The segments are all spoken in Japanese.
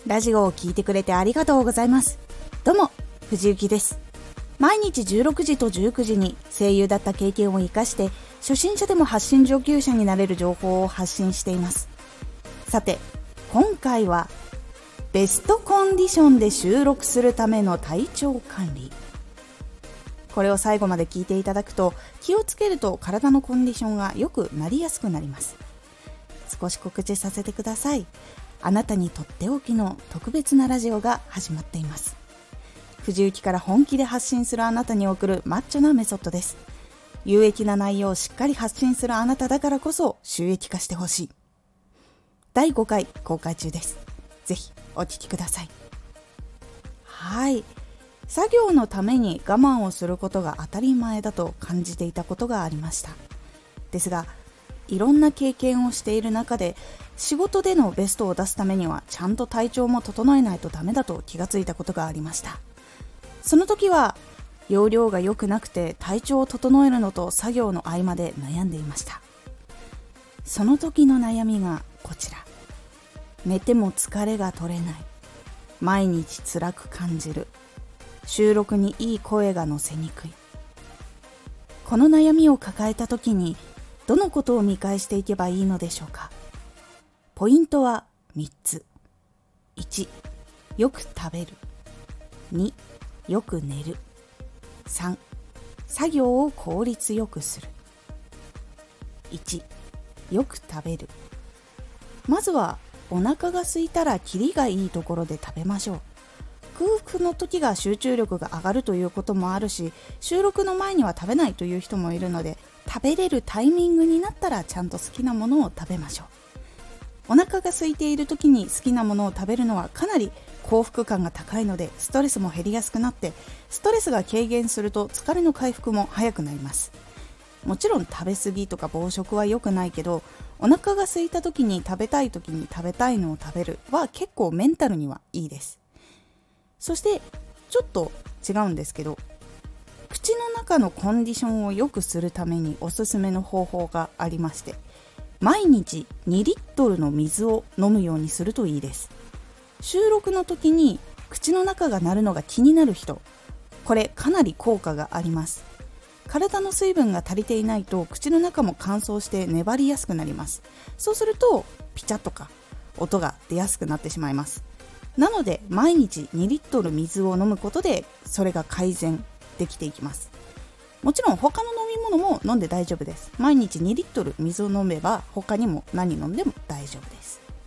ラジオを聞いてくれてありがとうございます。どうも、藤幸です。毎日16時と19時に声優だった経験を生かして初心者でも発信上級者になれる情報を発信しています。さて、今回はベストコンディションで収録するための体調管理。これを最後まで聞いていただくと、気をつけると体のコンディションが良くなりやすくなります。少し告知させてください。あなたにとっておきの特別なラジオが始まっています。藤幸から本気で発信するあなたに送るマッチョなメソッドです。有益な内容をしっかり発信するあなただからこそ収益化してほしい。第5回公開中です。ぜひお聞きください。はい。作業のために我慢をすることが当たり前だと感じていたことがありました。ですが、いろんな経験をしている中で、仕事でのベストを出すためにはちゃんと体調も整えないとダメだと気がついたことがありました。その時は容量が良くなくて体調を整えるのと作業の合間で悩んでいました。その時の悩みがこちら。寝ても疲れが取れない。毎日辛く感じる。収録にいい声が乗せにくい。この悩みを抱えた時にどのことを見返していけばいいのでしょうか。ポイントは3つ。1、よく食べる。2、よく寝る。3、作業を効率よくする。1、よく食べる。まずはお腹が空いたらキリがいいところで食べましょう。空腹の時が集中力が上がるということもあるし、収録の前には食べないという人もいるので、食べれるタイミングになったらちゃんと好きなものを食べましょう。お腹が空いている時に好きなものを食べるのはかなり幸福感が高いので、ストレスも減りやすくなって、ストレスが軽減すると疲れの回復も早くなります。もちろん食べ過ぎとか暴食は良くないけど、お腹が空いた時に食べたい時に食べたいのを食べるは結構メンタルにはいいです。そしてちょっと違うんですけど、口の中のコンディションを良くするためにおすすめの方法がありまして、毎日2リットルの水を飲むようにするといいです。収録の時に口の中が鳴るのが気になる人、これかなり効果があります。体の水分が足りていないと口の中も乾燥して粘りやすくなります。そうするとピチャとか音が出やすくなってしまいます。なので毎日2リットル水を飲むことでそれが改善できていきます。もちろん他の飲み物も飲んで大丈夫です。毎日2リットル水を飲めば他にも何飲んでも大丈夫です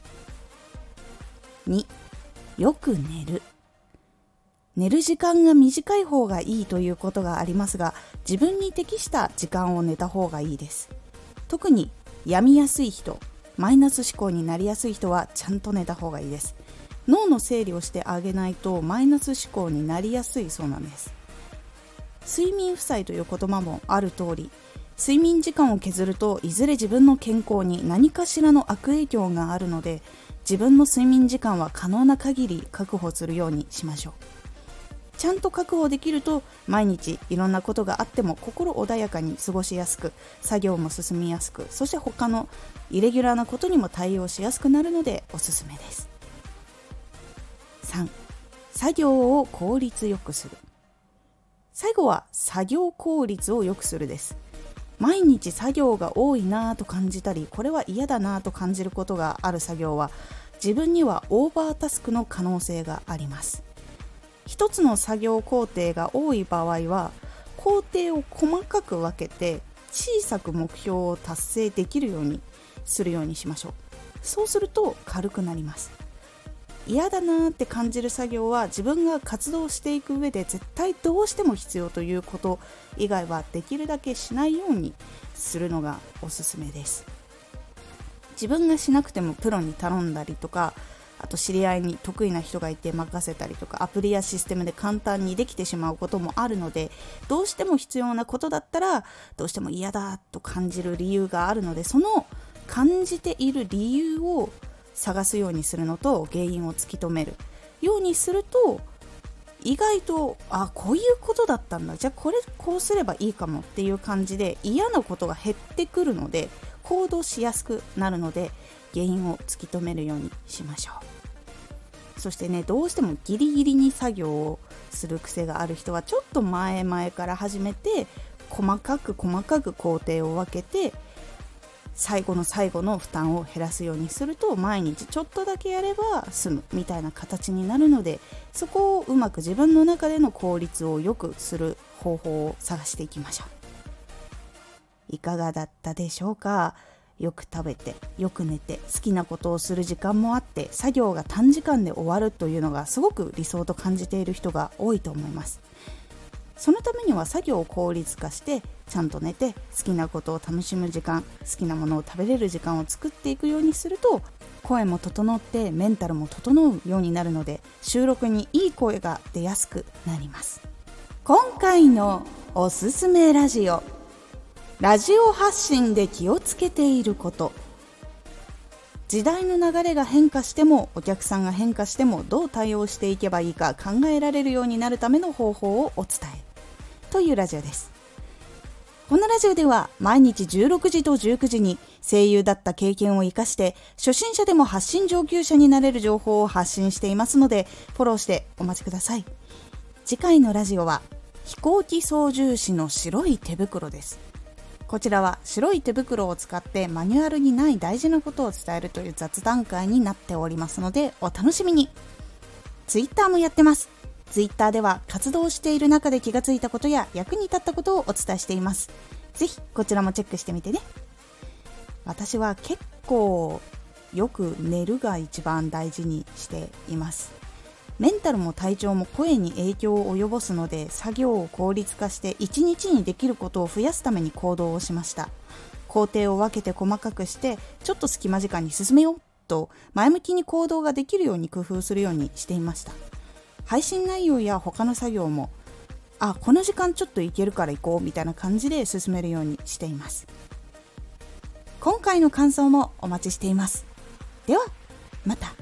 。2、よく寝る。寝る時間が短い方がいいということがありますが、自分に適した時間を寝た方がいいです。特に病みやすい人、マイナス思考になりやすい人はちゃんと寝た方がいいです。脳の整理をしてあげないとマイナス思考になりやすいそうなんです。睡眠負債という言葉もある通り、睡眠時間を削るといずれ自分の健康に何かしらの悪影響があるので、自分の睡眠時間は可能な限り確保するようにしましょう。ちゃんと確保できると毎日いろんなことがあっても心穏やかに過ごしやすく、作業も進みやすく、そして他のイレギュラーなことにも対応しやすくなるのでおすすめです。3、作業を効率よくする。最後は作業効率を良くするです。毎日作業が多いなぁと感じたり、これは嫌だなぁと感じることがある作業は、自分にはオーバータスクの可能性があります。一つの作業工程が多い場合は、工程を細かく分けて小さく目標を達成できるようにするようにしましょう。そうすると軽くなります。嫌だなって感じる作業は自分が活動していく上で絶対どうしても必要ということ以外はできるだけしないようにするのがおすすめです。自分がしなくてもプロに頼んだりとか、あと知り合いに得意な人がいて任せたりとか、アプリやシステムで簡単にできてしまうこともあるので、どうしても必要なことだったらどうしても嫌だと感じる理由があるので、その感じている理由を探すようにするのと、原因を突き止めるようにすると、意外とこういうことだったんだ、じゃあこうすればいいかもっていう感じで嫌なことが減ってくるので、行動しやすくなるので原因を突き止めるようにしましょう。 そしてね、どうしてもギリギリに作業をする癖がある人はちょっと前々から始めて、細かく工程を分けて最後の最後の負担を減らすようにすると、毎日ちょっとだけやれば済むみたいな形になるので、そこをうまく自分の中での効率を良くする方法を探していきましょう。いかがだったでしょうか。よく食べてよく寝て好きなことをする時間もあって、作業が短時間で終わるというのがすごく理想と感じている人が多いと思います。そのためには作業を効率化して、ちゃんと寝て好きなことを楽しむ時間、好きなものを食べれる時間を作っていくようにすると、声も整ってメンタルも整うようになるので、収録にいい声が出やすくなります。今回のおすすめラジオ発信で気をつけていること。時代の流れが変化しても、お客さんが変化しても、どう対応していけばいいか考えられるようになるための方法をお伝えというラジオです。このラジオでは毎日16時と19時に声優だった経験を生かして、初心者でも発信上級者になれる情報を発信していますので、フォローしてお待ちください。次回のラジオは飛行機操縦士の白い手袋です。こちらは白い手袋を使ってマニュアルにない大事なことを伝えるという雑談会になっておりますので、お楽しみに。ツイッターもやってます。ツイッターでは活動している中で気がついたことや役に立ったことをお伝えしています。ぜひこちらもチェックしてみてね。私は結構よく寝るが一番大事にしています。メンタルも体調も声に影響を及ぼすので、作業を効率化して1日にできることを増やすために行動をしました。工程を分けて細かくして、ちょっと隙間時間に進めようと前向きに行動ができるように工夫するようにしていました。配信内容や他の作業も、この時間ちょっといけるから行こうみたいな感じで進めるようにしています。今回の感想もお待ちしています。ではまた。